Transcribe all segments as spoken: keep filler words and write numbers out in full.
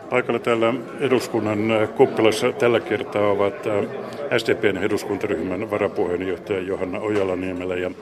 Paikalla täällä eduskunnan kuppilassa tällä kertaa ovat S D P:n eduskuntaryhmän varapuheenjohtaja Johanna Ojala-Niemelä ja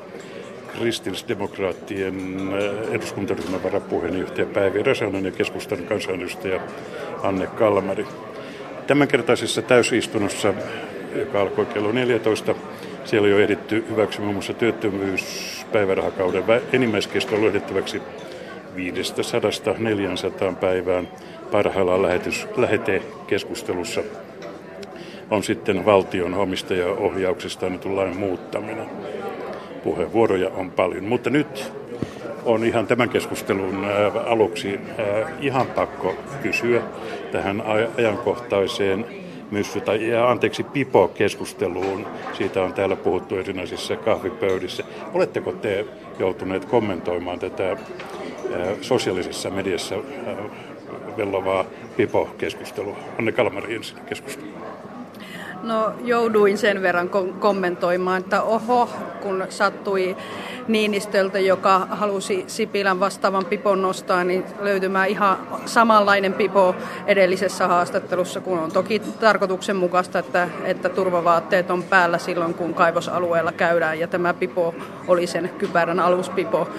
kristillisdemokraattien eduskuntaryhmän varapuheenjohtaja Päivi Räsänen ja keskustan kansanedustaja Anne Kalmari. Tämänkertaisessa täysistunnossa, joka alkoi kello neljätoista, siellä on jo ehditty hyväksy muun muassa työttömyyspäivärahakauden enimmäiskesto lyhennettäväksi viisisataa neljäsataa päivään. Parhaillaan lähetys, lähetekeskustelussa on sitten valtion omistajaohjauksesta annetun lain muuttaminen. Puheenvuoroja on paljon, mutta nyt on ihan tämän keskustelun aluksi ihan pakko kysyä tähän ajankohtaiseen myssy- tai anteeksi Pipo-keskusteluun. Siitä on täällä puhuttu erinäisissä kahvipöydissä. Oletteko te joutuneet kommentoimaan tätä sosiaalisessa mediassa vellovaa Pipo-keskustelua? Anne Kalmari ensin keskustelu. No jouduin sen verran kommentoimaan, että oho, kun sattui Niinistöltä, joka halusi Sipilän vastaavan Pipon nostaa, niin löytymään ihan samanlainen Pipo edellisessä haastattelussa, kun on toki tarkoituksenmukaista, että, että turvavaatteet on päällä silloin, kun kaivosalueella käydään, ja tämä Pipo oli sen kypärän aluspipo.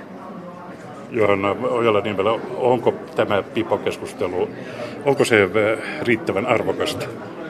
Johanna Ojala-Niemelä, onko tämä Pipo-keskustelu, onko se riittävän arvokasta?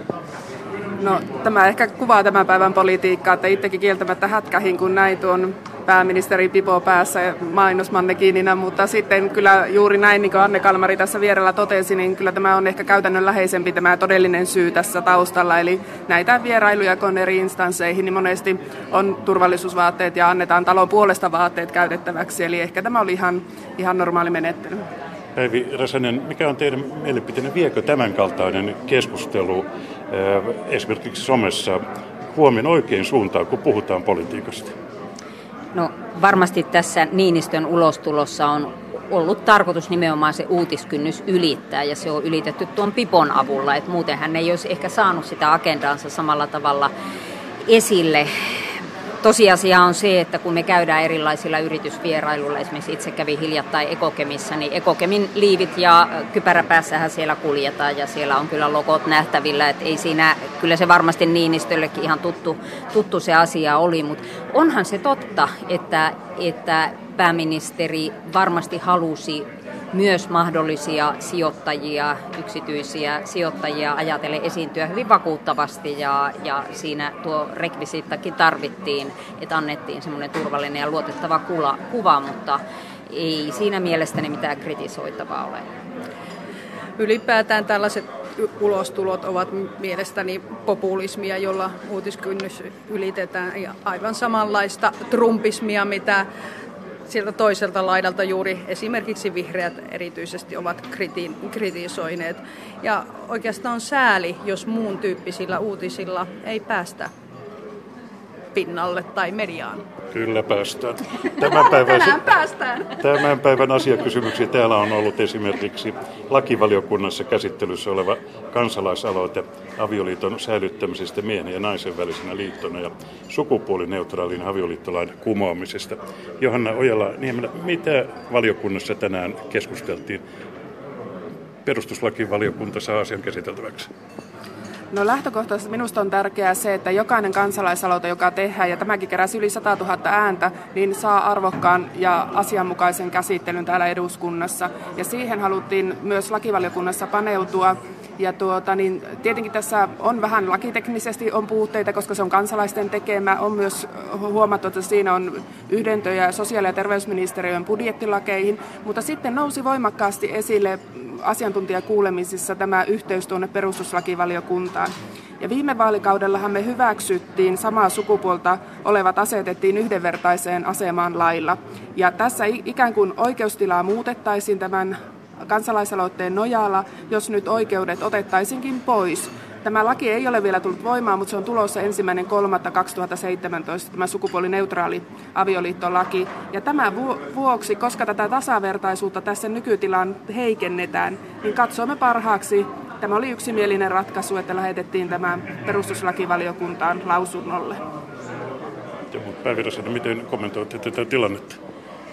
No, tämä ehkä kuvaa tämän päivän politiikkaa, että itsekin kieltämättä hätkähin, kun näin tuon pääministeri Pipo päässä mainosmannekiininä, mutta sitten kyllä juuri näin, niin kuin Anne Kalmari tässä vierellä totesi, niin kyllä tämä on ehkä käytännönläheisempi tämä todellinen syy tässä taustalla. Eli näitä vierailuja kun eri instansseihin, niin monesti on turvallisuusvaatteet ja annetaan talon puolesta vaatteet käytettäväksi, eli ehkä tämä oli ihan, ihan normaali menettely. Päivi Räsänen, mikä on teidän mielipiteenne, viekö tämänkaltainen keskustelu esimerkiksi somessa huomioon oikein suuntaan, kun puhutaan politiikasta? No varmasti tässä Niinistön ulostulossa on ollut tarkoitus nimenomaan se uutiskynnys ylittää, ja se on ylitetty tuon Pipon avulla, että muuten hän ei olisi ehkä saanut sitä agendaansa samalla tavalla esille. Tosiasia on se, että kun me käydään erilaisilla yritysvierailuilla, esimerkiksi itse kävin hiljattain Ekokemissa, niin Ekokemin liivit ja kypäräpäässähän siellä kuljetaan ja siellä on kyllä logot nähtävillä, että ei siinä, kyllä se varmasti Niinistöllekin ihan tuttu, tuttu se asia oli, mutta onhan se totta, että, että pääministeri varmasti halusi myös mahdollisia sijoittajia, yksityisiä sijoittajia ajatellen esiintyä hyvin vakuuttavasti, ja, ja siinä tuo rekvisiittakin tarvittiin, että annettiin semmoinen turvallinen ja luotettava kuva, kuva, mutta ei siinä mielestäni mitään kritisoitavaa ole. Ylipäätään tällaiset ulostulot ovat mielestäni populismia, jolla uutiskynnys ylitetään, ja aivan samanlaista trumpismia, mitä sieltä toiselta laidalta juuri esimerkiksi vihreät erityisesti ovat kriti- kritisoineet. Ja oikeastaan on sääli, jos muun tyyppisillä uutisilla ei päästä pinnalle tai mediaan. Kyllä päästään. Tämän päivän, Tänään päästään. Tämän päivän asiakysymyksiä täällä on ollut esimerkiksi lakivaliokunnassa käsittelyssä oleva kansalaisaloite avioliiton säilyttämisestä miehen ja naisen välisenä liittona ja sukupuolineutraalin avioliittolain kumoamisesta. Johanna Ojala-Niemelä, mitä valiokunnassa tänään keskusteltiin? Perustuslakivaliokunta saa asian käsiteltäväksi. No lähtökohtaisesti minusta on tärkeää se, että jokainen kansalaisaloite, joka tehdään, ja tämäkin keräsi yli sata tuhatta ääntä, niin saa arvokkaan ja asianmukaisen käsittelyn täällä eduskunnassa. Ja siihen haluttiin myös lakivaliokunnassa paneutua. Ja tuota, niin tietenkin tässä on vähän lakiteknisesti on puutteita, koska se on kansalaisten tekemä. On myös huomattu, että siinä on yhdentöjä sosiaali- ja terveysministeriön budjettilakeihin, mutta sitten nousi voimakkaasti esille asiantuntijakuulemisissa tämä yhteys tuonne perustuslakivaliokuntaan. Ja viime vaalikaudellahan me hyväksyttiin samaa sukupuolta olevat asetettiin yhdenvertaiseen asemaan lailla. Ja tässä ikään kuin oikeustilaa muutettaisiin tämän kansalaisaloitteen nojalla, jos nyt oikeudet otettaisinkin pois. Tämä laki ei ole vielä tullut voimaan, mutta se on tulossa ensimmäinen kolmatta kaksituhattaseitsemäntoista, tämä sukupuolineutraali avioliittolaki. Ja tämän vuoksi, koska tätä tasavertaisuutta tässä nykytilaan heikennetään, niin katsomme parhaaksi, tämä oli yksimielinen ratkaisu, että lähetettiin tämä perustuslakivaliokuntaan lausunnolle. Päivi Räsänen, miten kommentoitte tätä tilannetta?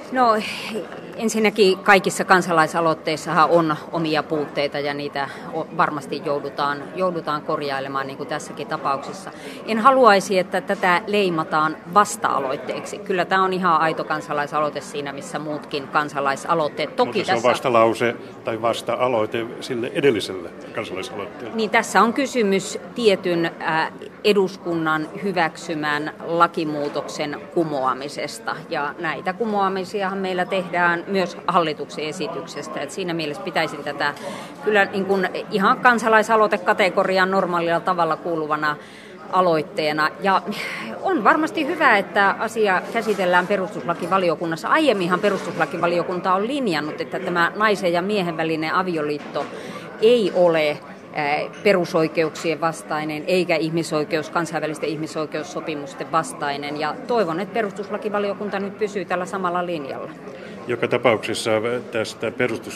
No ensinnäkin kaikissa kansalaisaloitteissahan on omia puutteita ja niitä varmasti joudutaan, joudutaan korjailemaan niin kuin tässäkin tapauksessa. En haluaisi, että tätä leimataan vasta-aloitteeksi. Kyllä tämä on ihan aito kansalaisaloite siinä, missä muutkin kansalaisaloitteet. Toki Mutta se on tässä vastalause tai vasta-aloite sille edelliselle kansalaisaloitteelle. Niin tässä on kysymys tietyn äh, eduskunnan hyväksymän lakimuutoksen kumoamisesta ja näitä kumoamisiahan meillä tehdään myös hallituksen esityksestä. Et siinä mielessä pitäisin tätä kyllä niin kuin ihan kansalaisaloitekategoriaan normaalilla tavalla kuuluvana aloitteena. Ja on varmasti hyvä, että asia käsitellään perustuslakivaliokunnassa. Aiemminhan perustuslakivaliokunta on linjannut, että tämä naisen ja miehen välinen avioliitto ei ole perusoikeuksien vastainen eikä ihmisoikeus, kansainvälisten ihmisoikeussopimusten vastainen. Ja toivon, että perustuslakivaliokunta nyt pysyy tällä samalla linjalla. Joka tapauksessa tästä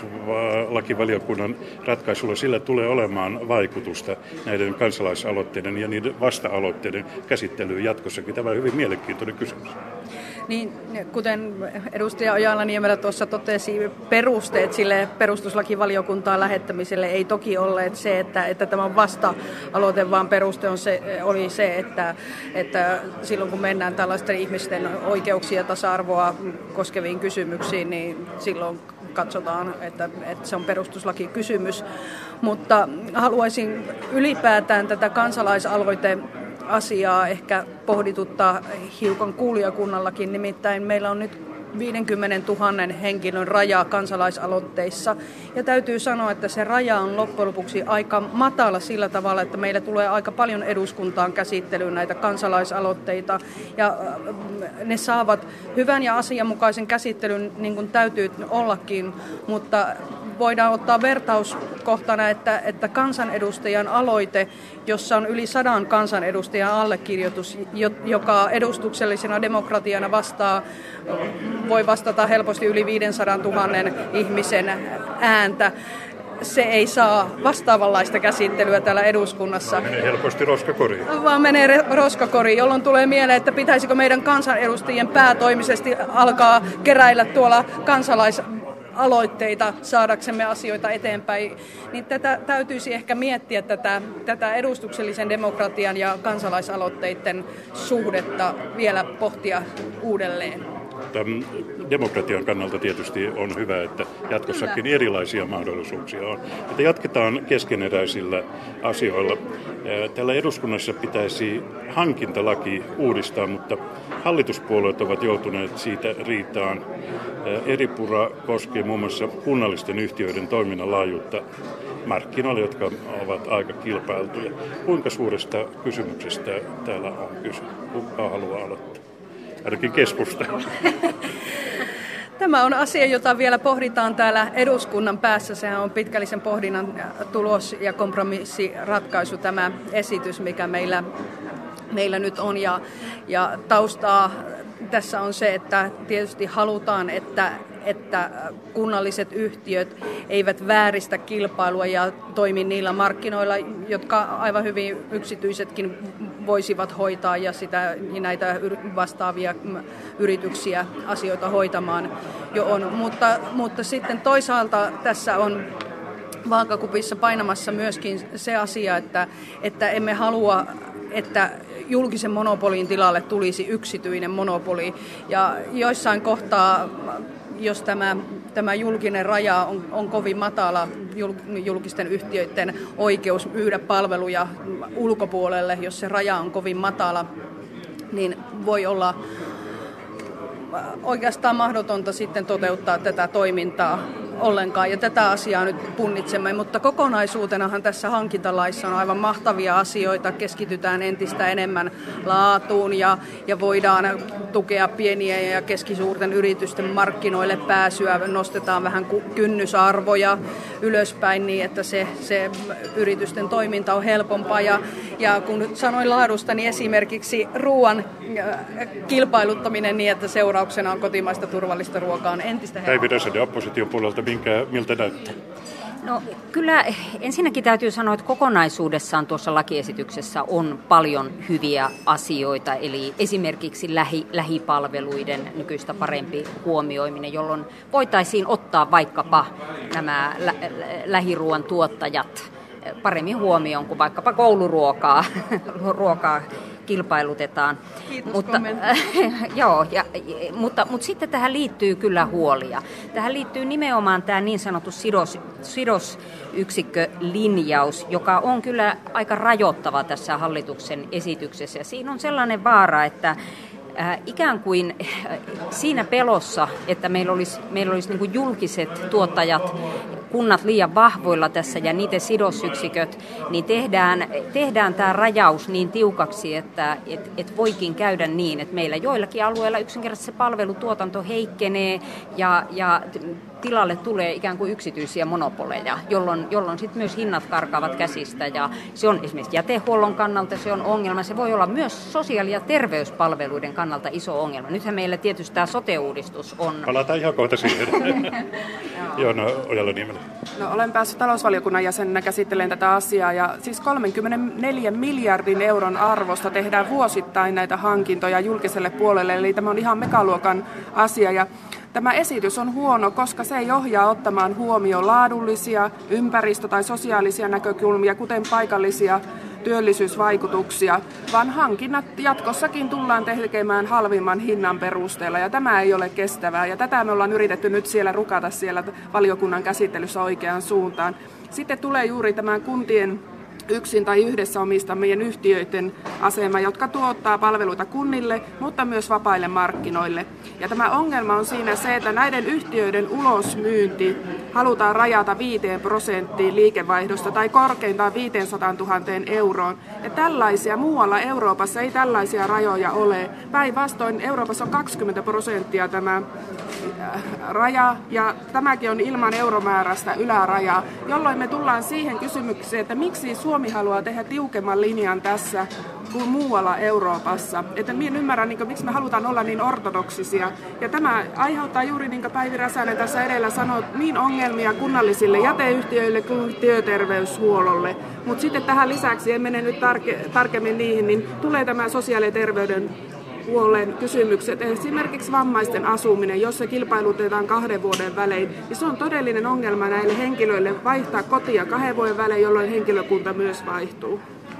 perustuslakivaliokunnan ratkaisulla sillä tulee olemaan vaikutusta näiden kansalaisaloitteiden ja niiden vasta-aloitteiden käsittelyyn jatkossakin. Tämä on hyvin mielenkiintoinen kysymys. Niin, kuten edustaja Ojala-Niemelä tuossa totesi, perusteet sille perustuslakivaliokuntaan lähettämiselle ei toki olleet se, että, että tämä on vasta-aloite, vaan peruste on se, oli se, että, että silloin kun mennään tällaisten ihmisten oikeuksia ja tasa-arvoa koskeviin kysymyksiin, niin silloin katsotaan, että, että se on perustuslakikysymys. Mutta haluaisin ylipäätään tätä kansalaisaloite asiaa ehkä pohdituttaa hiukan kuulijakunnallakin, nimittäin meillä on nyt viisikymmentätuhatta henkilön raja kansalaisaloitteissa. Ja täytyy sanoa, että se raja on loppujen lopuksi aika matala sillä tavalla, että meillä tulee aika paljon eduskuntaan käsittelyyn näitä kansalaisaloitteita. Ja ne saavat hyvän ja asianmukaisen käsittelyn, niin kuin täytyy ollakin, mutta voidaan ottaa vertauskohtana, että, että kansanedustajan aloite, jossa on yli sadan kansanedustajan allekirjoitus, joka edustuksellisena demokratiana vastaa, voi vastata helposti yli viisisataatuhatta ihmisen ääntä. Se ei saa vastaavanlaista käsittelyä täällä eduskunnassa. Menee helposti roskakoriin. Vaan menee roskakoriin, jolloin tulee mieleen, että pitäisikö meidän kansanedustajien päätoimisesti alkaa keräillä tuolla kansalais aloitteita saadaksemme asioita eteenpäin, niin tätä täytyisi ehkä miettiä tätä, tätä edustuksellisen demokratian ja kansalaisaloitteiden suhdetta vielä pohtia uudelleen. Tämän demokratian kannalta tietysti on hyvä, että jatkossakin erilaisia mahdollisuuksia on. Että jatketaan keskeneräisillä asioilla. Täällä eduskunnassa pitäisi hankintalaki uudistaa, mutta hallituspuolueet ovat joutuneet siitä riitaan. Eripura koskee muun muassa kunnallisten yhtiöiden toiminnan laajuutta markkinoilla, jotka ovat aika kilpailtuja. Kuinka suuresta kysymyksestä täällä on kyse? Kuka haluaa aloittaa? Ainakin keskusta. Tämä on asia, jota vielä pohditaan täällä eduskunnan päässä. Sehän on pitkällisen pohdinnan tulos ja kompromissiratkaisu tämä esitys, mikä meillä, meillä nyt on. Ja, ja taustaa tässä on se, että tietysti halutaan, että, että kunnalliset yhtiöt eivät vääristä kilpailua ja toimi niillä markkinoilla, jotka aivan hyvin yksityisetkin voisivat hoitaa ja sitä, näitä vastaavia yrityksiä asioita hoitamaan jo on. Mutta, mutta sitten toisaalta tässä on vaakakupissa painamassa myöskin se asia, että, että emme halua, että julkisen monopolin tilalle tulisi yksityinen monopoli. Ja joissain kohtaa, jos tämä, tämä julkinen raja on, on kovin matala, julkisten yhtiöiden oikeus myydä palveluja ulkopuolelle, jos se raja on kovin matala, niin voi olla oikeastaan mahdotonta sitten toteuttaa tätä toimintaa ollenkaan, ja tätä asiaa nyt punnitsemme, mutta kokonaisuutenahan tässä hankintalaissa on aivan mahtavia asioita, keskitytään entistä enemmän laatuun ja, ja voidaan tukea pieniä ja keskisuurten yritysten markkinoille pääsyä, nostetaan vähän kynnysarvoja ylöspäin niin, että se, se yritysten toiminta on helpompaa, ja, ja kun sanoin laadusta, niin esimerkiksi ruoan kilpailuttaminen niin, että seurauksena on kotimaista turvallista ruokaa on entistä helpompaa. Päivi Räsänen opposition puolelta, minkä, miltä näyttää? No kyllä ensinnäkin täytyy sanoa, että kokonaisuudessaan tuossa lakiesityksessä on paljon hyviä asioita, eli esimerkiksi lähi, lähipalveluiden nykyistä parempi huomioiminen, jolloin voitaisiin ottaa vaikkapa nämä lä- lähiruuan tuottajat paremmin huomioon kuin vaikkapa kouluruokaa ruokaa kilpailutetaan. Kiitos mutta, joo, ja, mutta, mutta sitten tähän liittyy kyllä huolia. Tähän liittyy nimenomaan tämä niin sanottu sidos, sidosyksikkölinjaus, joka on kyllä aika rajoittava tässä hallituksen esityksessä. Ja siinä on sellainen vaara, että Äh, ikään kuin äh, siinä pelossa, että meillä olisi, meillä olisi niin kuin julkiset tuottajat, kunnat liian vahvoilla tässä ja niiden sidosyksiköt, niin tehdään, tehdään tämä rajaus niin tiukaksi, että et, et voikin käydä niin, että meillä joillakin alueilla yksinkertaisesti se palvelutuotanto heikkenee ja, ja tilalle tulee ikään kuin yksityisiä monopoleja, jolloin, jolloin sitten myös hinnat karkaavat käsistä ja se on esimerkiksi jätehuollon kannalta se on ongelma. Se voi olla myös sosiaali- ja terveyspalveluiden kannalta iso ongelma. Nythän meillä tietysti tämä sote-uudistus on. Palataan ihan kohta siihen. Joo, no Ojala-Niemelä. No, olen päässyt talousvaliokunnan jäsenenä käsittelemään tätä asiaa ja siis kolmekymmentäneljä miljardin euron arvosta tehdään vuosittain näitä hankintoja julkiselle puolelle, eli tämä on ihan megaluokan asia ja tämä esitys on huono, koska se ei ohjaa ottamaan huomioon laadullisia, ympäristö- tai sosiaalisia näkökulmia, kuten paikallisia työllisyysvaikutuksia, vaan hankinnat jatkossakin tullaan tekemään halvimman hinnan perusteella, ja tämä ei ole kestävää, ja tätä me ollaan yritetty nyt siellä rukata siellä valiokunnan käsittelyssä oikeaan suuntaan. Sitten tulee juuri tämän kuntien yksin tai yhdessä omistamien yhtiöiden asema, jotka tuottaa palveluita kunnille, mutta myös vapaille markkinoille. Ja tämä ongelma on siinä se, että näiden yhtiöiden ulosmyynti halutaan rajata viiteen prosenttiin liikevaihdosta tai korkeintaan viisisataatuhatta euroon. Ja tällaisia muualla Euroopassa ei tällaisia rajoja ole. Päinvastoin Euroopassa on kaksikymmentä prosenttia tämä raja, ja tämäkin on ilman euromääräistä ylärajaa, jolloin me tullaan siihen kysymykseen, että miksi Suomi haluaa tehdä tiukemman linjan tässä kuin muualla Euroopassa. Että minä en ymmärrä, niin kuin, miksi me halutaan olla niin ortodoksisia. Ja tämä aiheuttaa juuri, niin kuin Päivi Räsänen tässä edellä sanoi, niin ongelmia kunnallisille jäteyhtiöille kuin työterveyshuollolle. Mutta sitten tähän lisäksi, en mene nyt tarke- tarkemmin niihin, niin tulee tämä sosiaali- ja terveyden puolen kysymykset, esimerkiksi vammaisten asuminen, jos se kilpailutetaan kahden vuoden välein, niin se on todellinen ongelma näille henkilöille vaihtaa kotia kahden vuoden välein, jolloin henkilökunta myös vaihtuu.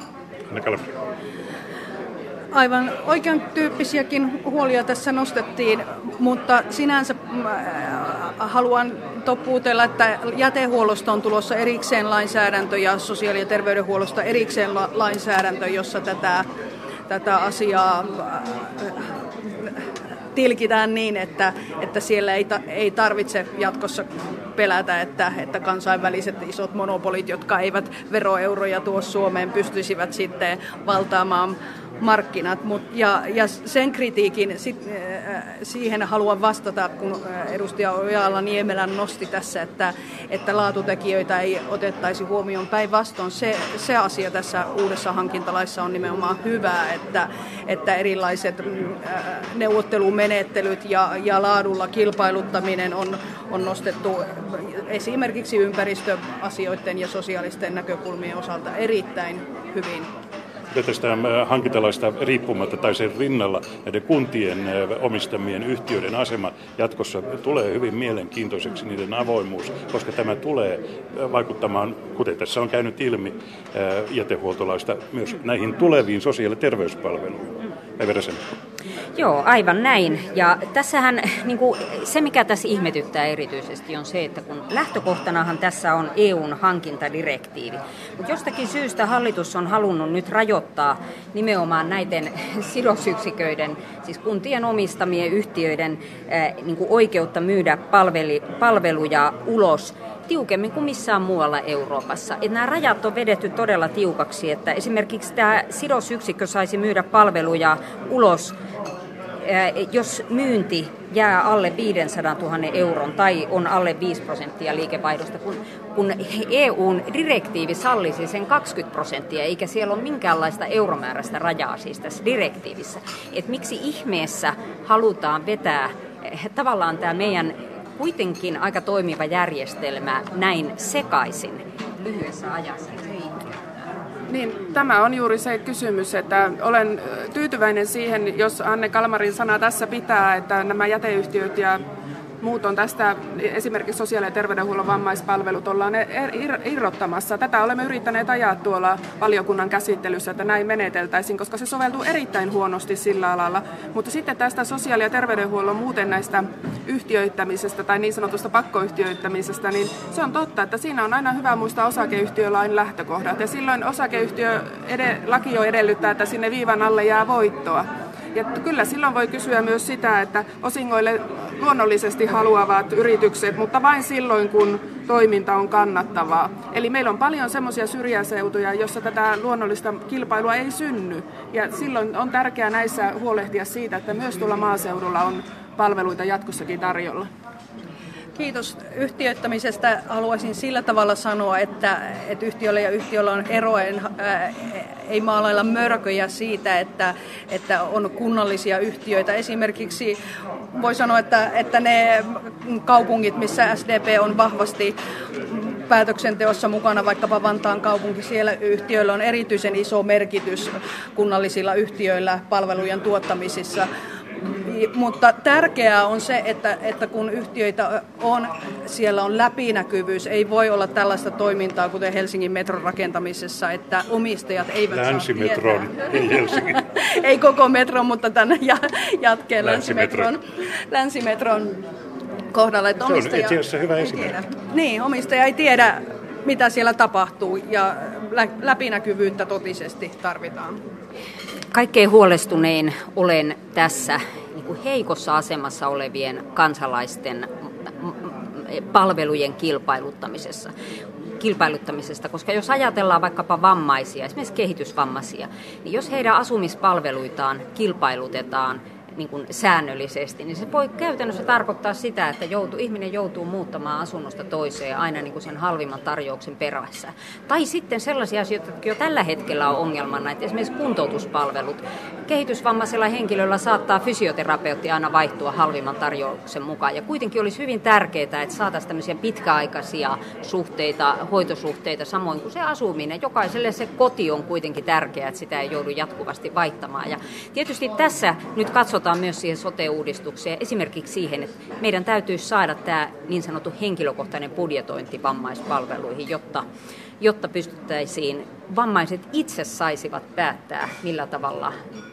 Aivan oikean tyyppisiäkin huolia tässä nostettiin, mutta sinänsä haluan toppuutella, että jätehuollosta on tulossa erikseen lainsäädäntö ja sosiaali- ja terveydenhuollosta erikseen la- lainsäädäntö, jossa tätä tätä asiaa tilkitään niin, että, että siellä ei, ta, ei tarvitse jatkossa pelätä, että, että kansainväliset isot monopolit, jotka eivät veroeuroja tuo Suomeen, pystyisivät sitten valtaamaan markkinat. Mut, ja, ja sen kritiikin, sit, äh, siihen haluan vastata, kun edustaja Ojala-Niemelä nosti tässä, että, että laatutekijöitä ei otettaisi huomioon. Päinvastoin se, se asia tässä uudessa hankintalaissa on nimenomaan hyvä, että, että erilaiset äh, neuvottelumenettelyt ja, ja laadulla kilpailuttaminen on, on nostettu esimerkiksi ympäristöasioiden ja sosiaalisten näkökulmien osalta erittäin hyvin. Tästä hankintalaista riippumatta tai sen rinnalla näiden kuntien omistamien yhtiöiden asema jatkossa tulee hyvin mielenkiintoiseksi, niiden avoimuus, koska tämä tulee vaikuttamaan, kuten tässä on käynyt ilmi, jätehuoltolaista myös näihin tuleviin sosiaali- ja terveyspalveluihin. Päivi Räsänen. Joo, aivan näin. Ja tässähän niin kuin, se, mikä tässä ihmetyttää erityisesti, on se, että kun lähtökohtanahan tässä on E U:n hankintadirektiivi, mutta jostakin syystä hallitus on halunnut nyt rajoittaa nimenomaan näiden sidosyksiköiden, siis kuntien omistamien yhtiöiden ää, niin kuin oikeutta myydä palveli, palveluja ulos tiukemmin kuin missään muualla Euroopassa. Et nämä rajat on vedetty todella tiukaksi, että esimerkiksi tämä sidosyksikkö saisi myydä palveluja ulos, jos myynti jää alle viisisataatuhatta euron tai on alle viisi prosenttia liikevaihdosta, kun, kun E U:n direktiivi sallisi sen kaksikymmentä prosenttia, eikä siellä ole minkäänlaista euromääräistä rajaa siis tässä direktiivissä. Et miksi ihmeessä halutaan vetää tavallaan tämä meidän kuitenkin aika toimiva järjestelmä näin sekaisin lyhyessä ajassa. Niin, tämä on juuri se kysymys, että olen tyytyväinen siihen, jos Anne Kalmarin sana tässä pitää, että nämä jäteyhtiöt ja muut on tästä, esimerkiksi sosiaali- ja terveydenhuollon vammaispalvelut ollaan irrottamassa. Tätä olemme yrittäneet ajaa tuolla valiokunnan käsittelyssä, että näin meneteltäisiin, koska se soveltuu erittäin huonosti sillä alalla. Mutta sitten tästä sosiaali- ja terveydenhuollon muuten näistä yhtiöittämisestä tai niin sanotusta pakkoyhtiöittämisestä, niin se on totta, että siinä on aina hyvä muistaa osakeyhtiölain lähtökohdat. Ja silloin osakeyhtiö ed- laki jo edellyttää, että sinne viivan alle jää voittoa. Ja kyllä silloin voi kysyä myös sitä, että osingoille luonnollisesti haluavat yritykset, mutta vain silloin, kun toiminta on kannattavaa. Eli meillä on paljon semmoisia syrjäseutuja, joissa tätä luonnollista kilpailua ei synny. Ja silloin on tärkeää näissä huolehtia siitä, että myös tuolla maaseudulla on palveluita jatkossakin tarjolla. Kiitos yhtiöittämisestä. Haluaisin sillä tavalla sanoa, että, että yhtiöllä ja yhtiöllä on ero. Ää, ei maalailla mörköjä siitä, että, että on kunnallisia yhtiöitä. Esimerkiksi voi sanoa, että, että ne kaupungit, missä S D P on vahvasti päätöksenteossa mukana, vaikkapa Vantaan kaupunki, siellä yhtiöillä on erityisen iso merkitys kunnallisilla yhtiöillä palvelujen tuottamisissa. Mutta tärkeää on se, että, että kun yhtiöitä on, siellä on läpinäkyvyys. Ei voi olla tällaista toimintaa, kuten Helsingin metron rakentamisessa, että omistajat eivät Länsimetron, saa tietää. ei Helsingin. Ei koko metron, mutta tänne jatkeen Länsimetron, Länsimetron kohdalla. Että se on omistaja itse asiassa hyvä ei esimerkki. tiedä. Niin, omistaja ei tiedä, mitä siellä tapahtuu, ja läpinäkyvyyttä totisesti tarvitaan. Kaikkein huolestunein olen tässä niin kuin heikossa asemassa olevien kansalaisten palvelujen kilpailuttamisessa. kilpailuttamisesta, koska jos ajatellaan vaikkapa vammaisia, esimerkiksi kehitysvammaisia, niin jos heidän asumispalveluitaan kilpailutetaan niin kuin säännöllisesti, niin se voi käytännössä tarkoittaa sitä, että joutuu, ihminen joutuu muuttamaan asunnosta toiseen aina niin kuin sen halvimman tarjouksen perässä. Tai sitten sellaisia asioita, jotka jo tällä hetkellä on ongelmana, että esimerkiksi kuntoutuspalvelut. Kehitysvammaisella henkilöllä saattaa fysioterapeutti aina vaihtua halvimman tarjouksen mukaan. Ja kuitenkin olisi hyvin tärkeää, että saataisiin tämmöisiä pitkäaikaisia suhteita, hoitosuhteita, samoin kuin se asuminen. Jokaiselle se koti on kuitenkin tärkeää, että sitä ei joudu jatkuvasti vaihtamaan. Ja tietysti tässä nyt katsotaan myös siihen sote-uudistukseen, esimerkiksi siihen, että meidän täytyisi saada tämä niin sanottu henkilökohtainen budjetointi vammaispalveluihin, jotta, jotta pystyttäisiin, vammaiset itse saisivat päättää, millä tavalla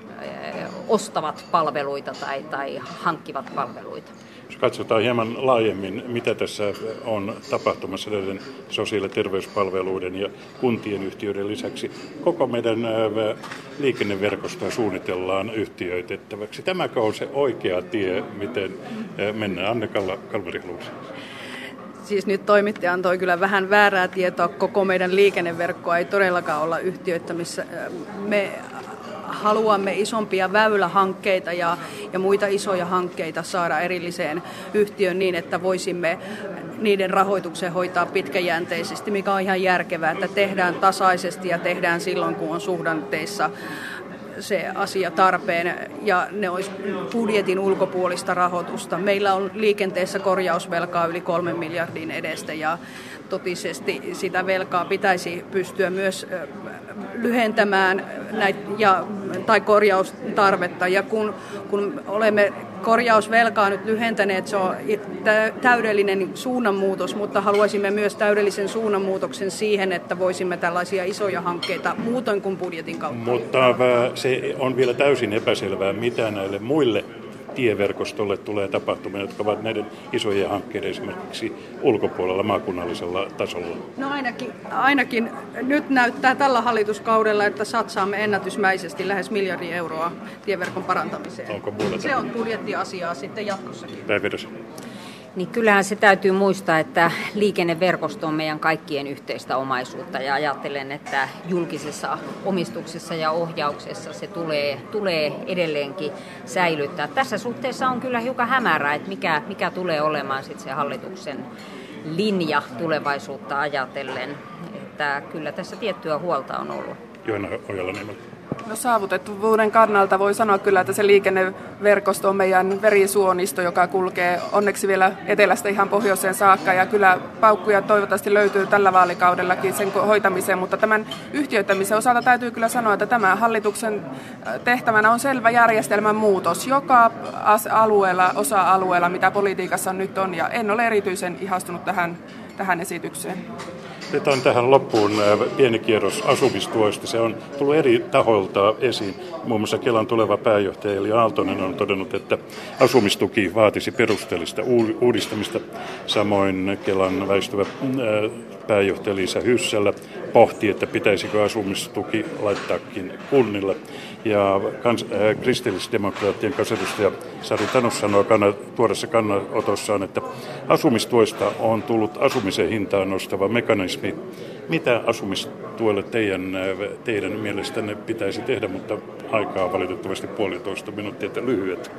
ostavat palveluita tai, tai hankkivat palveluita. Jos katsotaan hieman laajemmin, mitä tässä on tapahtumassa näiden sosiaali- ja terveyspalveluiden ja kuntien yhtiöiden lisäksi. Koko meidän liikenneverkostoa suunnitellaan yhtiöitettäväksi. Tämäkö on se oikea tie, miten mennään? Anne Kalmari haluaisi. Siis nyt toimittaja antoi kyllä vähän väärää tietoa. Koko meidän liikenneverkkoa ei todellakaan olla yhtiöittämissä. Me haluamme isompia väylähankkeita ja, ja muita isoja hankkeita saada erilliseen yhtiöön niin, että voisimme niiden rahoituksen hoitaa pitkäjänteisesti, mikä on ihan järkevää, että tehdään tasaisesti ja tehdään silloin, kun on suhdanteissa se asia tarpeen ja ne olisi budjetin ulkopuolista rahoitusta. Meillä on liikenteessä korjausvelkaa yli kolmen miljardin edestä ja totisesti sitä velkaa pitäisi pystyä myös lyhentämään näitä, ja, tai korjaustarvetta. Ja kun, kun olemme korjausvelkaa nyt lyhentäneet, se on täydellinen suunnanmuutos, mutta haluaisimme myös täydellisen suunnanmuutoksen siihen, että voisimme tällaisia isoja hankkeita muutoin kuin budjetin kautta. Mutta se on vielä täysin epäselvää, mitä näille muille tieverkostolle tulee tapahtumaan, jotka ovat näiden isojen hankkeiden esimerkiksi ulkopuolella maakunnallisella tasolla? No ainakin, ainakin nyt näyttää tällä hallituskaudella, että satsaamme ennätysmäisesti lähes miljardi euroa tieverkon parantamiseen. Onko muuta? Se on budjettiasiaa sitten jatkossakin. Päivässä. Niin kyllähän se täytyy muistaa, että liikenneverkosto on meidän kaikkien yhteistä omaisuutta ja ajattelen, että julkisessa omistuksessa ja ohjauksessa se tulee, tulee edelleenkin säilyttää. Tässä suhteessa on kyllä hiukan hämärää, että mikä, mikä tulee olemaan sitten se hallituksen linja tulevaisuutta ajatellen. Että kyllä tässä tiettyä huolta on ollut. Joina Ojala-Niemelä. No saavutettavuuden kannalta voi sanoa kyllä, että se liikenneverkosto on meidän verisuonisto, joka kulkee onneksi vielä etelästä ihan pohjoiseen saakka. Ja kyllä paukkuja toivottavasti löytyy tällä vaalikaudellakin sen hoitamiseen, mutta tämän yhtiöittämisen osalta täytyy kyllä sanoa, että tämä hallituksen tehtävänä on selvä järjestelmän muutos joka alueella, osa-alueella, mitä politiikassa nyt on. Ja en ole erityisen ihastunut tähän, tähän esitykseen. Nyt on tähän loppuun pieni kierros asumistuesta. Se on tullut eri tahoilta esiin. Muun muassa Kelan tuleva pääjohtaja Eli Aaltonen on todennut, että asumistuki vaatisi perusteellista uudistamista. Samoin Kelan väistyvä pääjohtaja Liisa Hyssälä pohti, että pitäisikö asumistuki laittaakin kunnille. Ja kans, äh, kristillisdemokraattien kansanedustaja Sari Tanus sanoo kannat, tuoreessa kannanotossaan, että asumistuesta on tullut asumisen hintaa nostava mekanismi. Mitä asumistuelle teidän, teidän mielestänne pitäisi tehdä, mutta aikaa on valitettavasti puolitoista minuuttia, että lyhyet.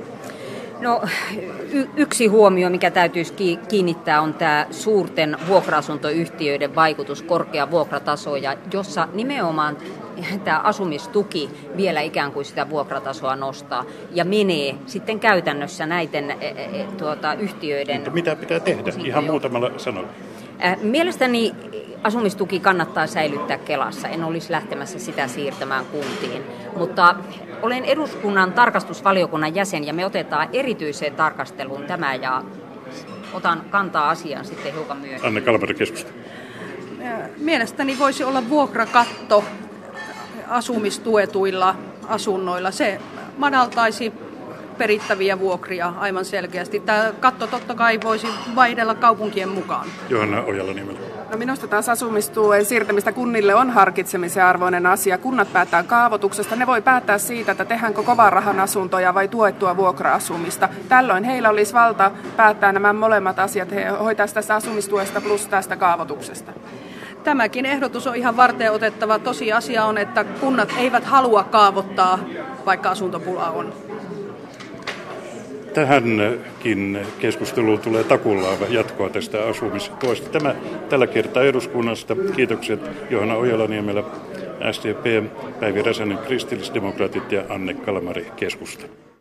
No, y- yksi huomio, mikä täytyisi kiinnittää, on tämä suurten vuokra-asuntoyhtiöiden vaikutus korkea vuokrataso, ja jossa nimenomaan tämä asumistuki vielä ikään kuin sitä vuokratasoa nostaa ja menee sitten käytännössä näiden e, e, tuota, yhtiöiden... Mutta mitä pitää tehdä? Ihan muutamalla sanalla. Mielestäni asumistuki kannattaa säilyttää Kelassa. En olisi lähtemässä sitä siirtämään kuntiin, mutta olen eduskunnan tarkastusvaliokunnan jäsen ja me otetaan erityiseen tarkasteluun tämä ja otan kantaa asiaan sitten hiukan myöhemmin. Anne Kalmari, keskusta. Mielestäni voisi olla vuokrakatto asumistuetuilla asunnoilla. Se madaltaisi perittäviä vuokria aivan selkeästi. Tämä katto totta kai voisi vaihdella kaupunkien mukaan. Johanna Ojala-Niemelä. No minusta taas asumistuen siirtämistä kunnille on harkitsemisen arvoinen asia. Kunnat päättää kaavoituksesta. Ne voi päättää siitä, että tehdäänkö kovan rahan asuntoja vai tuettua vuokra-asumista. Tällöin heillä olisi valta päättää nämä molemmat asiat. He hoitaisivat tästä asumistuesta plus tästä kaavoituksesta. Tämäkin ehdotus on ihan varten otettava. Tosiasia on, että kunnat eivät halua kaavoittaa, vaikka asuntopula on. Tähänkin keskusteluun tulee takullaan jatkoa tästä asumistuesta. Tämä tällä kertaa eduskunnasta. Kiitokset Johanna Ojala-Niemelä, S D P, Päivi Räsänen, kristillisdemokraatit ja Anne Kalmari, keskusta.